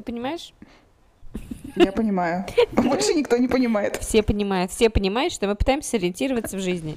Ты понимаешь? Я понимаю. Больше никто не понимает. Все понимают, что мы пытаемся сориентироваться в жизни.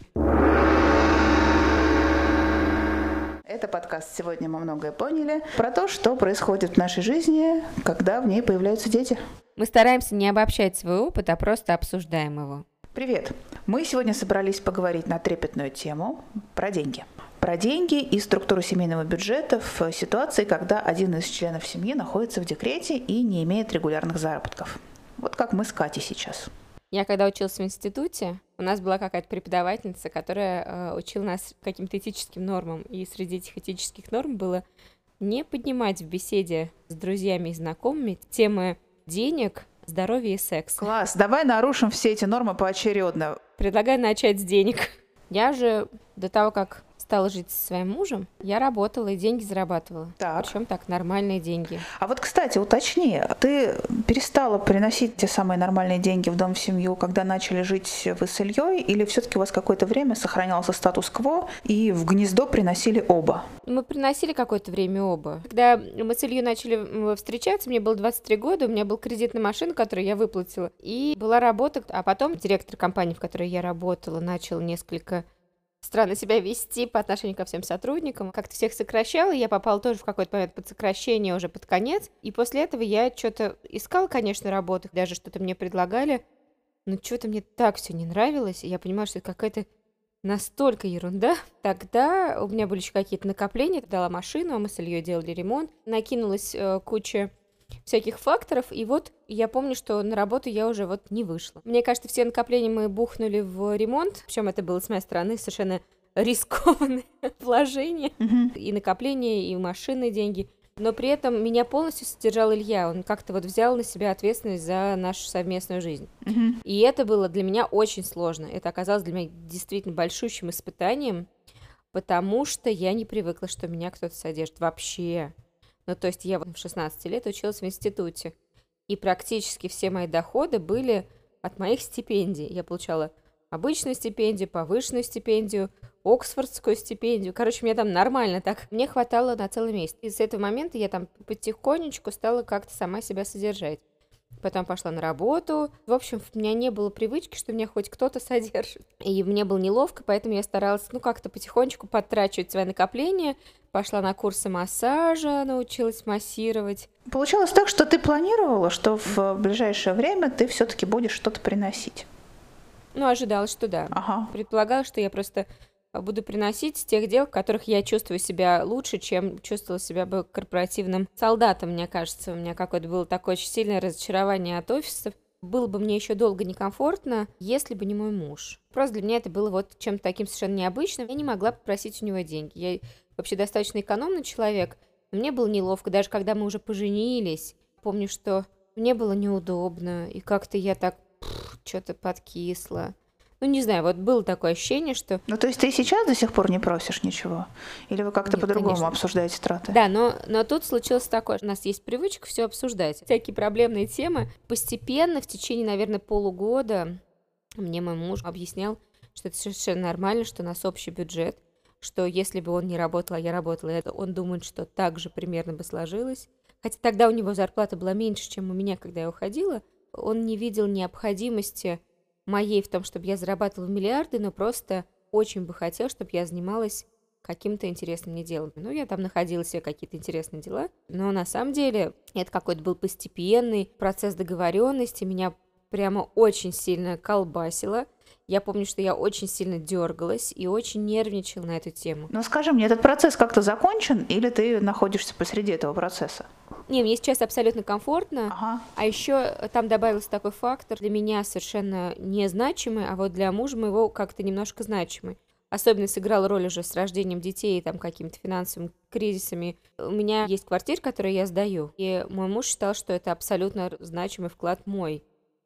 Это подкаст «Сегодня мы многое поняли» про то, что происходит в нашей жизни, когда в ней появляются дети. Мы стараемся не обобщать свой опыт, а просто обсуждаем его. Привет! Мы сегодня собрались поговорить на трепетную тему про деньги. Про деньги и структуру семейного бюджета в ситуации, когда один из членов семьи находится в декрете и не имеет регулярных заработков. Вот как мы с Катей сейчас. Я когда училась в институте, у нас была какая-то преподавательница, которая учила нас каким-то этическим нормам. И среди этих этических норм было не поднимать в беседе с друзьями и знакомыми темы денег, здоровья и секса. Класс, давай нарушим все эти нормы поочередно. Предлагаю начать с денег. Я же до того, как стала жить со своим мужем, я работала и деньги зарабатывала. Причем так, нормальные деньги. А вот, кстати, уточни, ты перестала приносить те самые нормальные деньги в дом, в семью, когда начали жить вы с Ильей, или все-таки у вас какое-то время сохранялся статус-кво, и в гнездо приносили оба? Мы приносили какое-то время оба. Когда мы с Ильей начали встречаться, мне было 23 года, у меня был кредит на машину, которую я выплатила, и была работа, а потом директор компании, в которой я работала, начал несколько странно себя вести по отношению ко всем сотрудникам. Как-то всех сокращала, я попала тоже в какой-то момент под сокращение уже под конец. И после этого я что-то искала, конечно, работу, даже что-то мне предлагали, но что-то мне так все не нравилось, и я понимала, что это какая-то настолько ерунда. Тогда у меня были еще какие-то накопления, дала машину, а мы с Ильей делали ремонт. Накинулась куча всяких факторов, и вот я помню, что на работу я уже вот не вышла. Мне кажется, все накопления мы бухнули в ремонт, причем это было с моей стороны совершенно рискованное вложение, и накопления, и машинные деньги, но при этом меня полностью содержал Илья, он как-то вот взял на себя ответственность за нашу совместную жизнь. И это было для меня очень сложно, это оказалось для меня действительно большущим испытанием, потому что я не привыкла, что меня кто-то содержит вообще. Ну, то есть я в 16 лет училась в институте, и практически все мои доходы были от моих стипендий. Я получала обычную стипендию, повышенную стипендию, оксфордскую стипендию. Короче, мне там нормально так. Мне хватало на целый месяц. И с этого момента я там потихонечку стала как-то сама себя содержать. Потом пошла на работу. В общем, у меня не было привычки, что меня хоть кто-то содержит. И мне было неловко, поэтому я старалась, как-то потихонечку подтрачивать свои накопления. Пошла на курсы массажа, научилась массировать. Получалось так, что ты планировала, что в ближайшее время ты все-таки будешь что-то приносить? Ожидалось, что да. Ага. Предполагала, что я просто буду приносить с тех дел, в которых я чувствую себя лучше, чем чувствовала себя бы корпоративным солдатом, мне кажется. У меня какое-то было такое очень сильное разочарование от офисов. Было бы мне еще долго некомфортно, если бы не мой муж. Просто для меня это было вот чем-то таким совершенно необычным. Я не могла попросить у него деньги. Я вообще достаточно экономный человек. Но мне было неловко, даже когда мы уже поженились. Помню, что мне было неудобно, и как-то я так что-то подкисла. Не знаю, вот было такое ощущение, что... То есть ты сейчас до сих пор не просишь ничего? Или вы как-то по-другому конечно обсуждаете траты? Да, но тут случилось такое, у нас есть привычка все обсуждать. Всякие проблемные темы. Постепенно, в течение, наверное, полугода, мне мой муж объяснял, что это совершенно нормально, что у нас общий бюджет, что если бы он не работал, а я работала, он думает, что так же примерно бы сложилось. Хотя тогда у него зарплата была меньше, чем у меня, когда я уходила. Он не видел необходимости моей в том, чтобы я зарабатывала миллиарды, но просто очень бы хотел, чтобы я занималась каким-то интересным мне делом. Я там находила себе какие-то интересные дела, но на самом деле это какой-то был постепенный процесс договоренности, меня прямо очень сильно колбасило. Я помню, что я очень сильно дергалась и очень нервничала на эту тему. Скажи мне, этот процесс как-то закончен, или ты находишься посреди этого процесса? Не, мне сейчас абсолютно комфортно. Ага. А еще там добавился такой фактор, для меня совершенно незначимый, а вот для мужа моего как-то немножко значимый. Особенно сыграла роль уже с рождением детей и там какими-то финансовыми кризисами. У меня есть квартира, которую я сдаю, и мой муж считал, что это абсолютно значимый вклад мой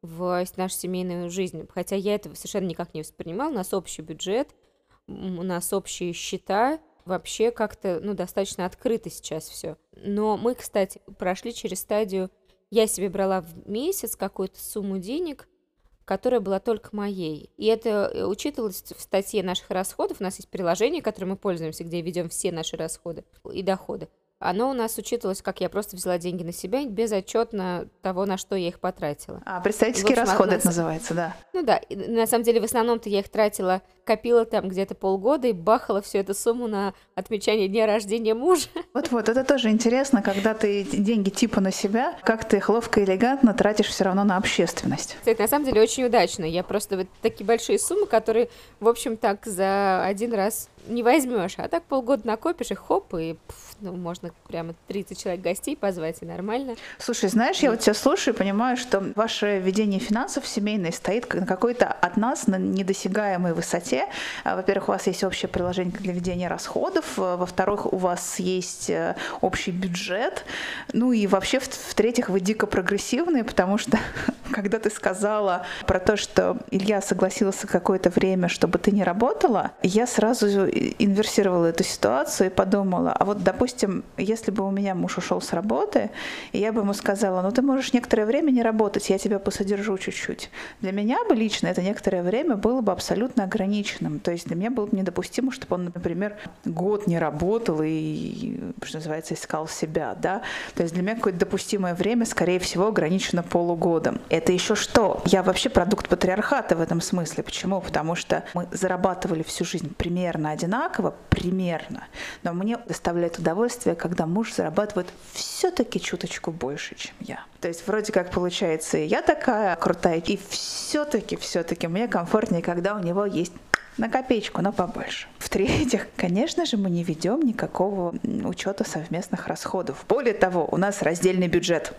в нашу семейную жизнь. Хотя я этого совершенно никак не воспринимала. У нас общий бюджет, у нас общие счета. Вообще как-то, достаточно открыто сейчас все. Но мы, кстати, прошли через стадию... Я себе брала в месяц какую-то сумму денег, которая была только моей. И это учитывалось в статье наших расходов. У нас есть приложение, которым мы пользуемся, где ведем все наши расходы и доходы. оно у нас учитывалось, как я просто взяла деньги на себя безотчетно того, на что я их потратила. Представительские расходы это называется, да. Ну да, и на самом деле в основном-то я их тратила, копила там где-то полгода и бахала всю эту сумму на отмечание дня рождения мужа. Вот, это тоже интересно, когда ты деньги типа на себя, как ты их ловко и элегантно тратишь все равно на общественность. Это на самом деле очень удачно. Я просто вот такие большие суммы, которые, в общем, так за один раз не возьмешь, а так полгода накопишь и хоп, и можно прямо 30 человек гостей позвать, и нормально. Слушай, знаешь, я вот тебя слушаю и понимаю, что ваше ведение финансов семейное стоит на какой-то от нас на недосягаемой высоте. Во-первых, у вас есть общее приложение для ведения расходов, во-вторых, у вас есть общий бюджет, ну и вообще, в-третьих, вы дико прогрессивные, потому что когда ты сказала про то, что Илья согласился какое-то время, чтобы ты не работала, я сразу инверсировала эту ситуацию и подумала, а вот, допустим, если бы у меня муж ушел с работы, и я бы ему сказала, ну ты можешь некоторое время не работать, я тебя посодержу чуть-чуть. Для меня бы лично это некоторое время было бы абсолютно ограниченным. То есть для меня было бы недопустимо, чтобы он, например, год не работал и, что называется, искал себя, да. То есть для меня какое-то допустимое время, скорее всего, ограничено полугодом. Это еще что? Я вообще продукт патриархата в этом смысле. Почему? Потому что мы зарабатывали всю жизнь примерно одинаково, но мне доставляет удовольствие, когда муж зарабатывает все-таки чуточку больше, чем я. То есть вроде как получается, и я такая крутая, и все-таки мне комфортнее, когда у него есть на копеечку, но побольше. В-третьих, конечно же, мы не ведем никакого учета совместных расходов. Более того, у нас раздельный бюджет.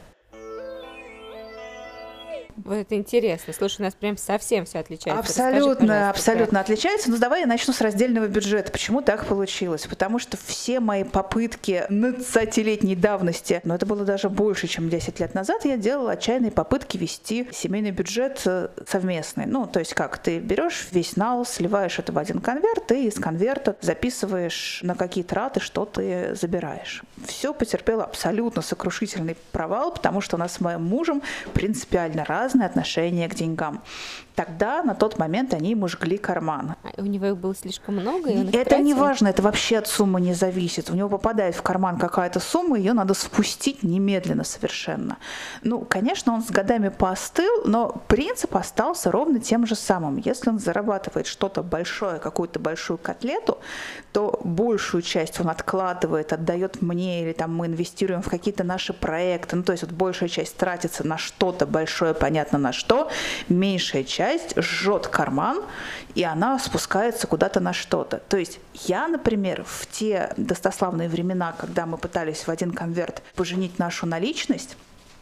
Вот это интересно. Слушай, у нас прям совсем все отличается. Абсолютно отличается. Но давай я начну с раздельного бюджета. Почему так получилось? Потому что все мои попытки 20-летней давности, но это было даже больше, чем 10 лет назад, я делала отчаянные попытки вести семейный бюджет совместный. Ну, то есть как? Ты берешь весь нал, сливаешь это в один конверт, и из конверта записываешь, на какие траты, что ты забираешь. Все потерпело абсолютно сокрушительный провал, потому что у нас с моим мужем принципиально разные отношения к деньгам. Тогда, на тот момент, они ему жгли карман. У него их было слишком много, и он их Это тратил? не важно, это вообще от суммы не зависит. У него попадает в карман какая-то сумма, ее надо спустить немедленно совершенно. Ну, конечно, он с годами поостыл, но принцип остался ровно тем же самым. Если он зарабатывает что-то большое, какую-то большую котлету, то большую часть он откладывает, отдает мне, или там мы инвестируем в какие-то наши проекты. Ну, то есть вот большая часть тратится на что-то большое, понятно на что, меньшая часть жжет карман, и она спускается куда-то на что-то. То есть я, например, в те достославные времена, когда мы пытались в один конверт поженить нашу наличность,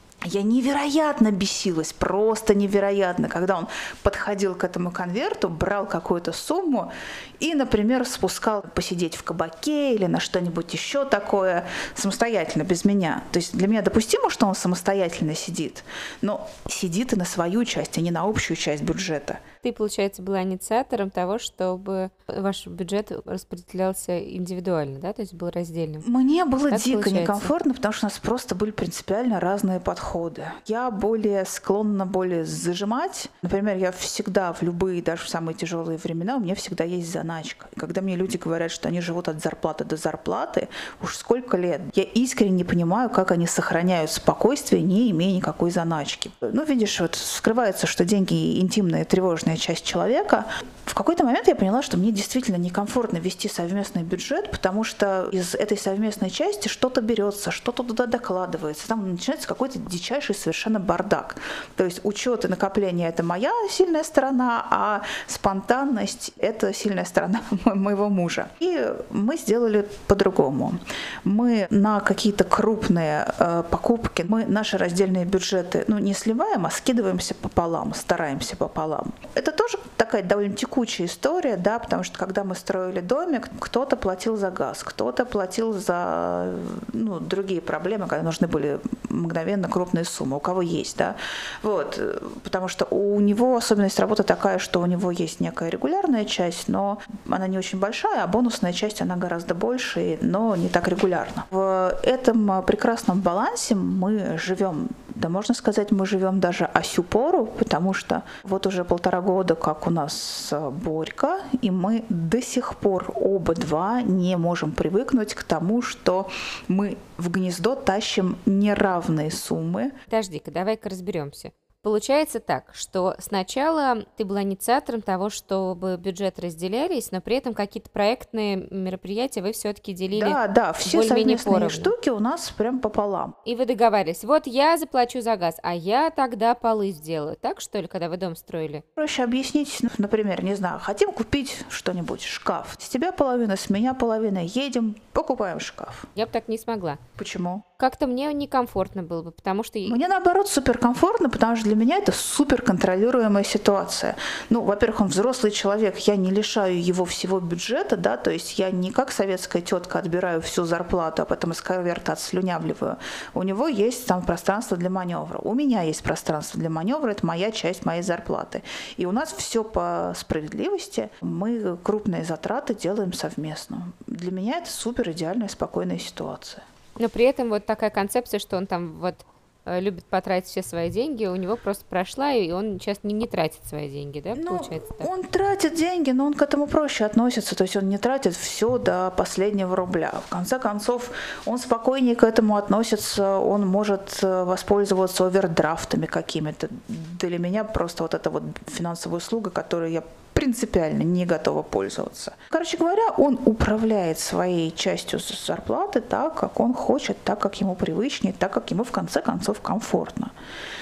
я невероятно бесилась, просто невероятно, когда он подходил к этому конверту, брал какую-то сумму и, например, спускал посидеть в кабаке или на что-нибудь еще такое самостоятельно, без меня. То есть для меня допустимо, что он самостоятельно сидит, но сидит и на свою часть, а не на общую часть бюджета. Ты, получается, была инициатором того, чтобы ваш бюджет распределялся индивидуально, да? То есть был раздельным. Мне было Так дико получается? некомфортно, потому что у нас просто были принципиально разные подходы. Я склонна более зажимать. Например, я всегда в любые, даже в самые тяжелые времена, у меня всегда есть заначка. И когда мне люди говорят, что они живут от зарплаты до зарплаты, уж сколько лет, я искренне не понимаю, как они сохраняют спокойствие, не имея никакой заначки. Ну, видишь, вот скрывается, что деньги — интимная, тревожная часть человека. В какой-то момент я поняла, что мне действительно некомфортно вести совместный бюджет, потому что из этой совместной части что-то берется, что-то туда докладывается. Там начинается какой-то дичайший совершенно бардак. То есть учет и накопление — это моя сильная сторона, а спонтанность — это сильная сторона моего мужа. И мы сделали по-другому. Мы на какие-то крупные покупки, мы наши раздельные бюджеты не сливаем, а скидываемся пополам, стараемся пополам. Это тоже такая довольно текучая история, да, потому что когда мы строили домик, кто-то платил за газ, кто-то платил за другие проблемы, когда нужны были мгновенно крупные суммы, у кого есть, да, вот, потому что у него особенность работы такая, что у него есть некая регулярная часть, но она не очень большая, а бонусная часть, она гораздо больше, но не так регулярно. В этом прекрасном балансе мы живем Да можно сказать, мы живем даже о сю пору, потому что вот уже 1,5 года, как у нас Борька, и мы до сих пор оба два не можем привыкнуть к тому, что мы в гнездо тащим неравные суммы. Подожди-ка, давай-ка разберемся. Получается так, что сначала ты была инициатором того, чтобы бюджеты разделялись, но при этом какие-то проектные мероприятия вы все-таки делили Да, все более-менее совместные поровну. штуки у нас прям пополам. И вы договаривались, вот я заплачу за газ, а я тогда полы сделаю. Так что ли, когда вы дом строили? Проще объяснить, например, не знаю, хотим купить что-нибудь, шкаф. С тебя половина, с меня половина, едем, покупаем шкаф. Я бы так не смогла. Почему? Как-то мне некомфортно было бы, потому что... Мне, наоборот, суперкомфортно, потому что для меня это суперконтролируемая ситуация. Ну, во-первых, он взрослый человек, я не лишаю его всего бюджета, да, то есть я не как советская тетка отбираю всю зарплату, а потом из конверта отслюнявливаю. У него есть там пространство для маневра. У меня есть пространство для маневра, это моя часть моей зарплаты. И у нас все по справедливости, мы крупные затраты делаем совместно. Для меня это супер идеальная, спокойная ситуация. Но при этом вот такая концепция, что он там вот любит потратить все свои деньги, у него просто прошла, и он сейчас не тратит свои деньги, да, получается так? Он тратит деньги, но он к этому проще относится, то есть он не тратит все до последнего рубля. В конце концов, он спокойнее к этому относится, он может воспользоваться овердрафтами какими-то. Для меня просто вот это вот финансовая услуга, которую я принципиально не готова пользоваться. Короче говоря, он управляет своей частью зарплаты так, как он хочет, так, как ему привычнее, так, как ему в конце концов комфортно.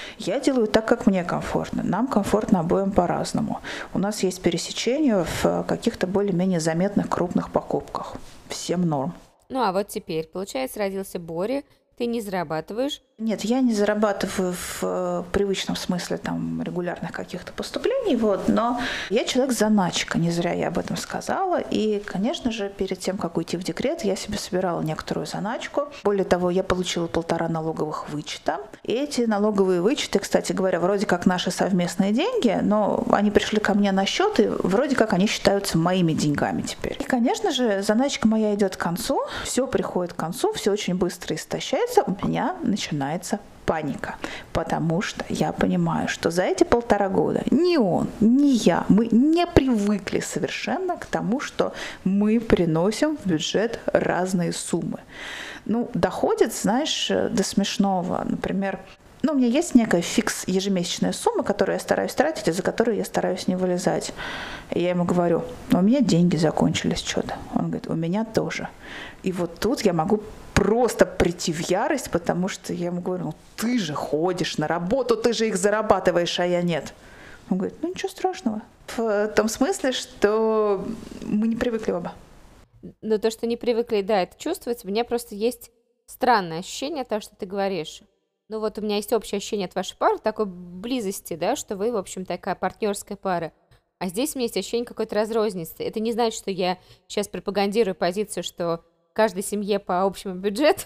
Я делаю так, как мне комфортно. Нам комфортно обоим по-разному. У нас есть пересечение в каких-то более-менее заметных крупных покупках. Всем норм. Ну а вот теперь, получается, родился Боря, ты не зарабатываешь. Нет, я не зарабатываю в привычном смысле там регулярных каких-то поступлений, вот, но я человек-заначка, не зря я об этом сказала. И, конечно же, перед тем, как уйти в декрет, я себе собирала некоторую заначку. Более того, я получила 1,5 налоговых вычета. И эти налоговые вычеты, кстати говоря, вроде как наши совместные деньги, но они пришли ко мне на счет, и вроде как они считаются моими деньгами теперь. И, конечно же, заначка моя идет к концу, все приходит к концу, все очень быстро истощается, у меня начинается паника, потому что я понимаю, что за эти 1,5 года ни он, ни я, мы не привыкли совершенно к тому, что мы приносим в бюджет разные суммы. Ну, доходит, знаешь, до смешного. Например, у меня есть некая ежемесячная сумма, которую я стараюсь тратить, и за которую я стараюсь не вылезать. И я ему говорю, у меня деньги закончились что-то. Он говорит, у меня тоже. И вот тут я могу просто прийти в ярость, потому что я ему говорю, ты же ходишь на работу, ты же их зарабатываешь, а я нет. Он говорит, ничего страшного. В том смысле, что мы не привыкли оба. Но то, что не привыкли, да, это чувствуется. У меня просто есть странное ощущение того, что ты говоришь. Ну вот у меня есть общее ощущение от вашей пары, такой близости, да, что вы, в общем, такая партнерская пара. А здесь у меня есть ощущение какой-то разрозненности. Это не значит, что я сейчас пропагандирую позицию, что каждой семье по общему бюджету.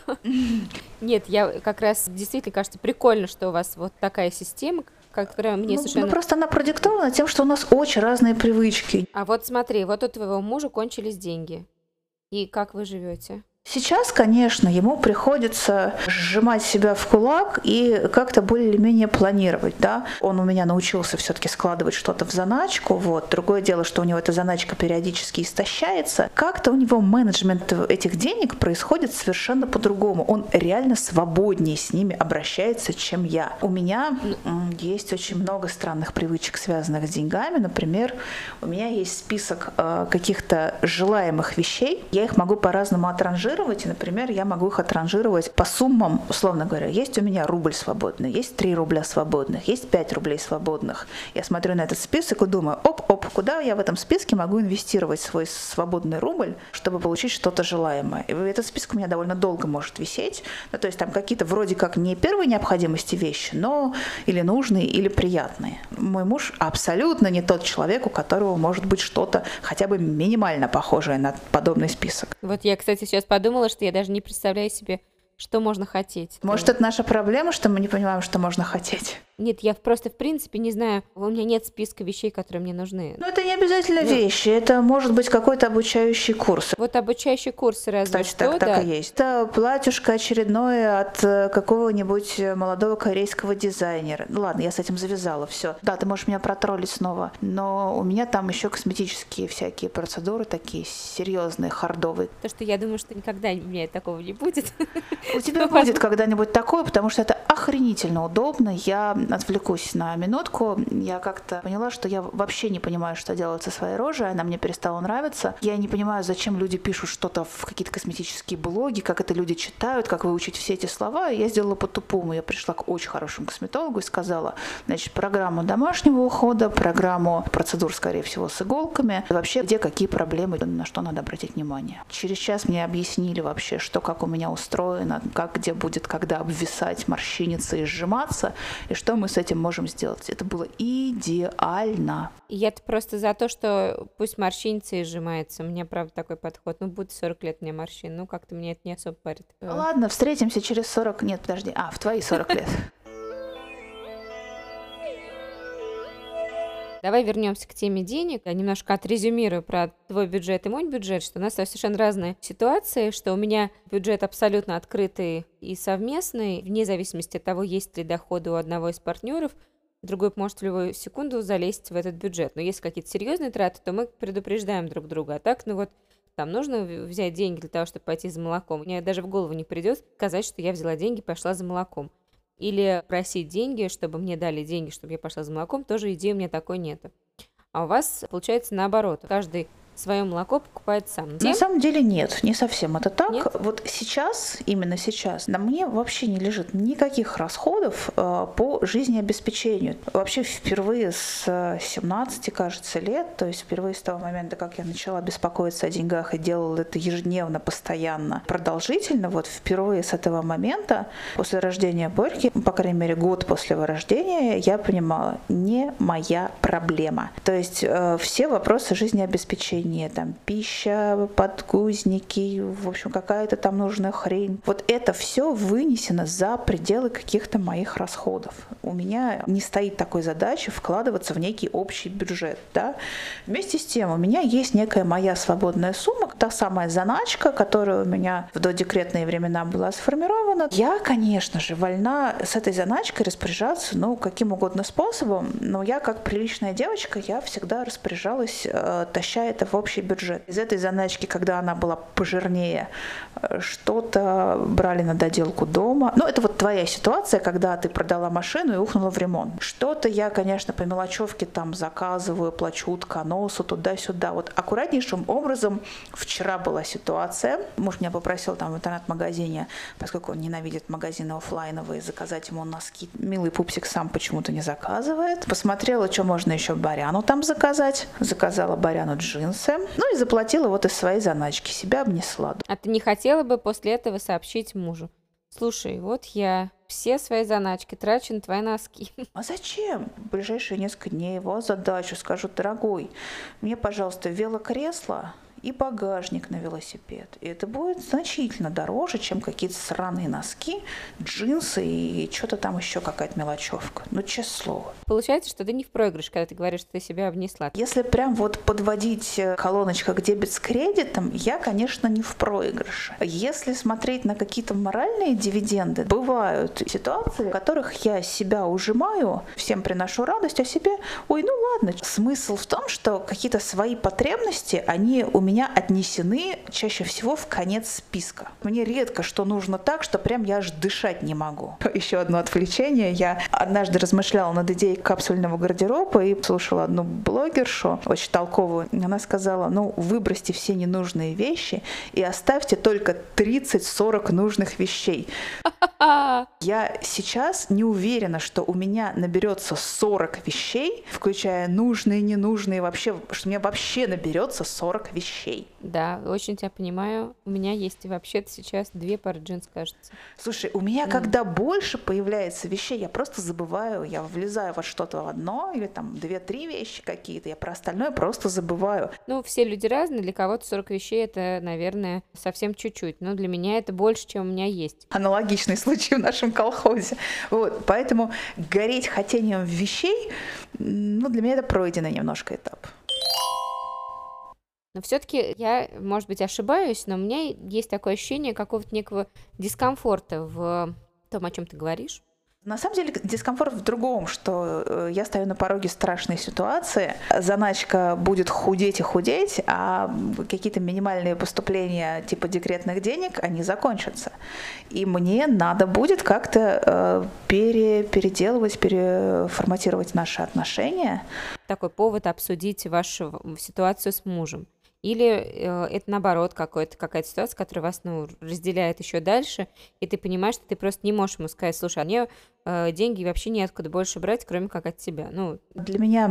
Нет, я как раз действительно кажется прикольно, что у вас вот такая система, которая мне совершенно... просто она продиктована тем, что у нас очень разные привычки. А вот смотри, вот у твоего мужа кончились деньги. И как вы живете? Сейчас, конечно, ему приходится сжимать себя в кулак и как-то более или менее планировать, да. Он у меня научился все-таки складывать что-то в заначку, вот. Другое дело, что у него эта заначка периодически истощается. Как-то у него менеджмент этих денег происходит совершенно по-другому. Он реально свободнее с ними обращается, чем я. У меня есть очень много странных привычек, связанных с деньгами. Например, у меня есть список каких-то желаемых вещей. Я их могу по-разному отранжировать. И, например, я могу их отранжировать по суммам, условно говоря. Есть у меня рубль свободный, есть 3 рубля свободных, есть 5 рублей свободных. Я смотрю на этот список и думаю, куда я в этом списке могу инвестировать свой свободный рубль, чтобы получить что-то желаемое. И этот список у меня довольно долго может висеть. Ну, то есть там какие-то вроде как не первой необходимости вещи, но или нужные, или приятные. Мой муж абсолютно не тот человек, у которого может быть что-то хотя бы минимально похожее на подобный список. Вот я, кстати, сейчас подумала, что я даже не представляю себе, что можно хотеть. Может, это наша проблема, что мы не понимаем, что можно хотеть? Нет, я просто в принципе не знаю, у меня нет списка вещей, которые мне нужны. Ну, это не обязательно вещи, это может быть какой-то обучающий курс. Вот обучающие курсы разве Кстати, что, так да. и есть. Это платьюшко очередное от какого-нибудь молодого корейского дизайнера. Ну ладно, я с этим завязала, все. Да, ты можешь меня протроллить снова, но у меня там еще косметические всякие процедуры такие серьезные, хардовые. То, что я думаю, что никогда у меня такого не будет. У тебя будет когда-нибудь такое, потому что это охренительно удобно. Я отвлекусь на минутку. Я как-то поняла, что я вообще не понимаю, что делать со своей рожей. Она мне перестала нравиться. Я не понимаю, зачем люди пишут что-то в какие-то косметические блоги, как это люди читают, как выучить все эти слова. И я сделала по-тупому. Я пришла к очень хорошему косметологу и сказала, значит, программу домашнего ухода, программу процедур, скорее всего, с иголками. И вообще, где какие проблемы, на что надо обратить внимание. Через час мне объяснили вообще, что как у меня устроено, как где будет, когда обвисать, морщиниться и сжиматься, и что мы с этим можем сделать. Это было идеально. Я-то просто за то, что пусть морщинится и сжимается. У меня, правда, такой подход. Ну, будет 40 лет мне морщин. Ну, как-то меня это не особо парит. Ладно, встретимся через 40... Нет, подожди. В твои 40 лет. Давай вернемся к теме денег. Я немножко отрезюмирую про твой бюджет и мой бюджет, что у нас совершенно разные ситуации, что у меня бюджет абсолютно открытый и совместный, вне зависимости от того, есть ли доходы у одного из партнеров, другой может в любую секунду залезть в этот бюджет. Но если какие-то серьезные траты, то мы предупреждаем друг друга. А так, ну вот, там нужно взять деньги для того, чтобы пойти за молоком. Мне даже в голову не придет сказать, что я взяла деньги и пошла за молоком. Или просить деньги, чтобы мне дали деньги, чтобы я пошла за молоком, тоже идеи у меня такой нету. А у вас получается наоборот. Каждый свое молоко покупает сам. На самом деле нет, не совсем это так. Нет? Вот сейчас, именно сейчас, на мне вообще не лежит никаких расходов по жизнеобеспечению. Вообще впервые с 17, кажется, лет, то есть впервые с того момента, как я начала беспокоиться о деньгах и делала это ежедневно, постоянно, продолжительно, вот впервые с этого момента, после рождения Борьки, по крайней мере год после его рождения, я понимала, не моя проблема. То есть все вопросы жизнеобеспечения, там пища, подгузники, в общем, какая-то там нужная хрень. Вот это все вынесено за пределы каких-то моих расходов. У меня не стоит такой задачи вкладываться в некий общий бюджет. Да? Вместе с тем у меня есть некая моя свободная сумма, та самая заначка, которая у меня в додекретные времена была сформирована. Я, конечно же, вольна с этой заначкой распоряжаться, каким угодно способом, но я, как приличная девочка, я всегда распоряжалась, таща это в общий бюджет. Из этой заначки, когда она была пожирнее, что-то брали на доделку дома. Это вот твоя ситуация, когда ты продала машину и ухнула в ремонт. Что-то я, конечно, по мелочевке там заказываю, плачу утконосу туда-сюда. Вот аккуратнейшим образом вчера была ситуация. Муж меня попросил там в интернет-магазине, поскольку он ненавидит магазины офлайновые, заказать ему носки. Милый пупсик сам почему-то не заказывает. Посмотрела, что можно еще Баряну там заказать. Заказала Баряну джинсы. И заплатила вот из своей заначки. Себя обнесла. А ты не хотела бы после этого сообщить мужу? Слушай, вот я все свои заначки трачу на твои носки. А зачем? В ближайшие несколько дней его задачу скажу: дорогой, мне, пожалуйста, велокресло и багажник на велосипед. И это будет значительно дороже, чем какие-то сраные носки, джинсы и что-то там еще, какая-то мелочевка. Честное слово. Получается, что ты не в проигрыш, когда ты говоришь, что ты себя обнесла. Если прям вот подводить колоночка к дебет с кредитом, я, конечно, не в проигрыше. Если смотреть на какие-то моральные дивиденды, бывают ситуации, в которых я себя ужимаю, всем приношу радость, а себе, ладно. Смысл в том, что какие-то свои потребности, они у меня отнесены чаще всего в конец списка. Мне редко что нужно так, что прям я аж дышать не могу. Еще одно отвлечение. Я однажды размышляла над идеей капсульного гардероба и слушала одну блогершу, очень толковую. Она сказала: выбросьте все ненужные вещи и оставьте только 30-40 нужных вещей. Я сейчас не уверена, что у меня наберется 40 вещей, включая нужные, ненужные, вообще, что у меня вообще наберется 40 вещей. Да, очень тебя понимаю. У меня есть вообще-то сейчас 2 пары джинс, кажется. Слушай, у меня когда больше появляется вещей, я просто забываю, я влезаю во что-то одно или там 2-3 вещи какие-то, я про остальное просто забываю. Все люди разные, для кого-то 40 вещей это, наверное, совсем чуть-чуть, но для меня это больше, чем у меня есть. Аналогичный случай случае в нашем колхозе. Вот, поэтому гореть хотением вещей, ну, для меня это пройденный немножко этап. Но все-таки я, может быть, ошибаюсь, но у меня есть такое ощущение какого-то некого дискомфорта в том, о чем ты говоришь. На самом деле дискомфорт в другом, что я стою на пороге страшной ситуации, заначка будет худеть и худеть, а какие-то минимальные поступления типа декретных денег, они закончатся. И мне надо будет как-то переделывать, переформатировать наши отношения. Такой повод обсудить вашу ситуацию с мужем. Или это наоборот какая-то ситуация, которая вас разделяет еще дальше, и ты понимаешь, что ты просто не можешь ему сказать: слушай, а мне деньги вообще неоткуда больше брать, кроме как от тебя. Для меня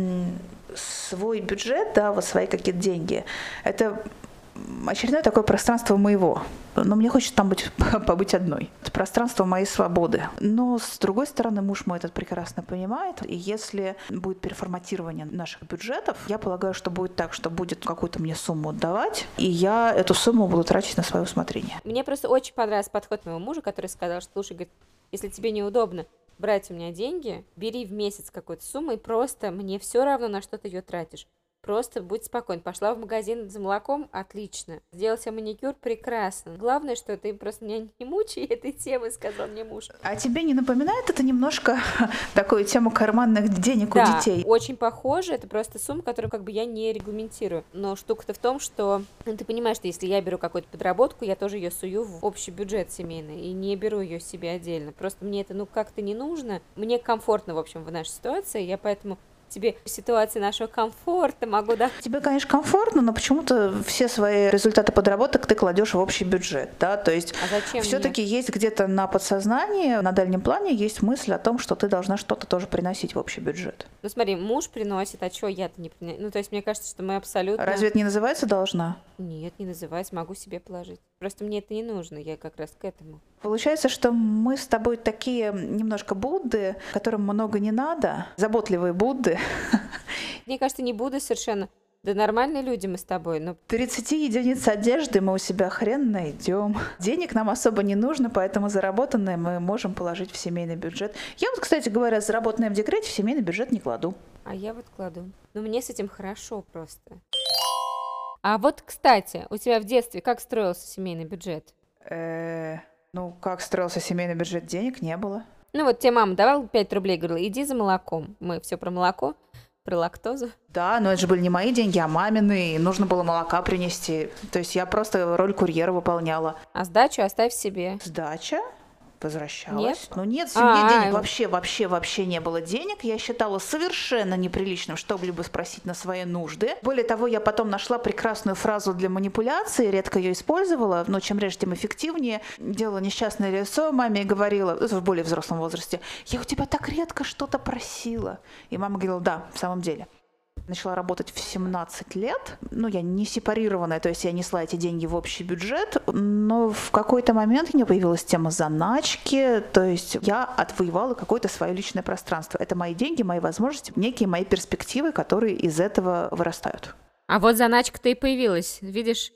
свой бюджет, да, вот свои какие-то деньги, это очередное такое пространство моего. Но мне хочется там побыть одной. Это пространство моей свободы. Но, с другой стороны, муж мой этот прекрасно понимает. И если будет переформатирование наших бюджетов, я полагаю, что будет так, что будет какую-то мне сумму отдавать, и я эту сумму буду тратить на свое усмотрение. Мне просто очень понравился подход моего мужа, который сказал, что, слушай, говорит, если тебе неудобно брать у меня деньги, бери в месяц какую-то сумму, и просто мне все равно, на что ты ее тратишь. Просто будь спокоен. Пошла в магазин за молоком? Отлично. Сделал себе маникюр? Прекрасно. Главное, что ты просто меня не мучай этой темой, сказал мне муж. А тебе не напоминает это немножко такую тему карманных денег у детей? Да, очень похоже. Это просто сумма, которую как бы я не регламентирую. Но штука-то в том, что ты понимаешь, что если я беру какую-то подработку, я тоже ее сую в общий бюджет семейный и не беру ее себе отдельно. Просто мне это как-то не нужно. Мне комфортно, в общем, в нашей ситуации. Я поэтому тебе в ситуации нашего комфорта могу, да? Тебе, конечно, комфортно, но почему-то все свои результаты подработок ты кладешь в общий бюджет, да, то есть все-таки есть где-то на подсознании, на дальнем плане есть мысль о том, что ты должна что-то тоже приносить в общий бюджет. Ну смотри, муж приносит, а чего я-то не приношу? Ну то есть мне кажется, что мы абсолютно... Разве это не называется «должна»? Нет, не называется, могу себе положить. Просто мне это не нужно, я как раз к этому. Получается, что мы с тобой такие немножко Будды, которым много не надо, заботливые Будды. Мне кажется, не Будды совершенно. Да нормальные люди мы с тобой, но... 30 единиц одежды мы у себя хрен найдем. Денег нам особо не нужно, поэтому заработанное мы можем положить в семейный бюджет. Я вот, кстати говоря, заработанное в декрете в семейный бюджет не кладу. А я вот кладу. Но мне с этим хорошо просто. А вот, кстати, у тебя в детстве как строился семейный бюджет? Ну, как строился семейный бюджет, денег не было. Ну вот тебе мама давала 5 рублей, говорила, иди за молоком. Мы все про молоко, про лактозу. Да, но это же были не мои деньги, а мамины, и нужно было молока принести. То есть я просто роль курьера выполняла. А сдачу оставь себе. Сдача? Возвращалась. Нет? Ну нет, в семье денег вообще не было денег. Я считала совершенно неприличным что-либо спросить на свои нужды. Более того, я потом нашла прекрасную фразу для манипуляции, редко ее использовала, но чем реже, тем эффективнее. Делала несчастное лицо маме и говорила, это в более взрослом возрасте, я у тебя так редко что-то просила. И мама говорила, да, в самом деле. Начала работать в 17 лет. Ну, я не сепарированная, то есть я несла эти деньги в общий бюджет, но в какой-то момент у меня появилась тема заначки, то есть я отвоевала какое-то свое личное пространство. Это мои деньги, мои возможности, некие мои перспективы, которые из этого вырастают. А вот заначка-то и появилась, видишь?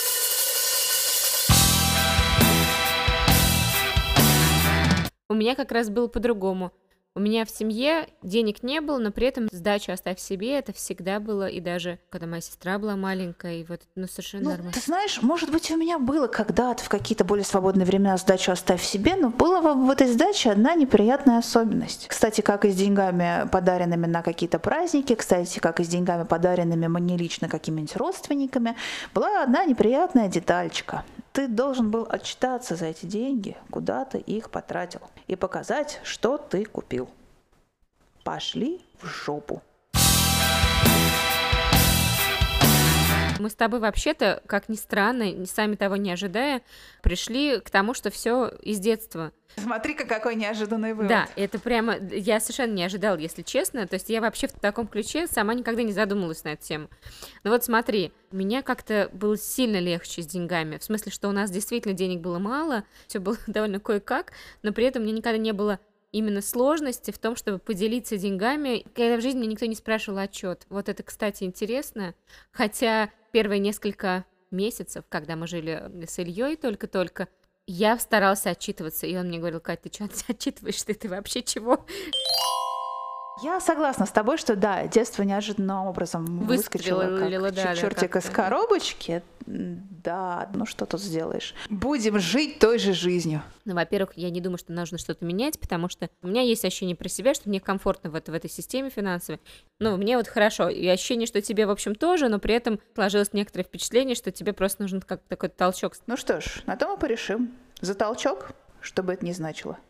У меня как раз было по-другому. У меня в семье денег не было, но при этом сдачу оставь себе, это всегда было, и даже когда моя сестра была маленькая, и вот, совершенно нормально. Ты знаешь, может быть, у меня было когда-то в какие-то более свободные времена сдачу оставь себе, но была в этой сдаче одна неприятная особенность. Кстати, как и с деньгами, подаренными на какие-то праздники, кстати, как и с деньгами, подаренными мне лично какими-нибудь родственниками, была одна неприятная детальчика. Ты должен был отчитаться за эти деньги, куда ты их потратил, и показать, что ты купил. Пошли в жопу. Мы с тобой вообще-то, как ни странно, сами того не ожидая, пришли к тому, что все из детства. Смотри-ка, какой неожиданный вывод. Да, это прямо, я совершенно не ожидала, если честно. То есть я вообще в таком ключе сама никогда не задумывалась на эту тему. Но вот смотри, у меня как-то было сильно легче с деньгами. В смысле, что у нас действительно денег было мало, все было довольно кое-как, но при этом у меня никогда не было именно сложности в том, чтобы поделиться деньгами, когда в жизни меня никто не спрашивал отчет. Вот это, кстати, интересно. Хотя первые несколько месяцев, когда мы жили с Ильей только-только, Я старалась отчитываться, и он мне говорил: Кать, ты что отчитываешься, ты вообще чего? Я согласна с тобой, что да, детство неожиданным образом выскочило как да, чертик из как-то. коробочки. Да, ну что тут сделаешь? Будем жить той же жизнью. Ну, во-первых, я не думаю, что нужно что-то менять, потому что у меня есть ощущение про себя, что мне комфортно в этой системе финансовой. Ну, мне вот хорошо, и ощущение, что тебе, в общем, тоже, но при этом сложилось некоторое впечатление, что тебе просто нужен как такой толчок. Ну что ж, на то мы порешим. За толчок, что бы это ни значило.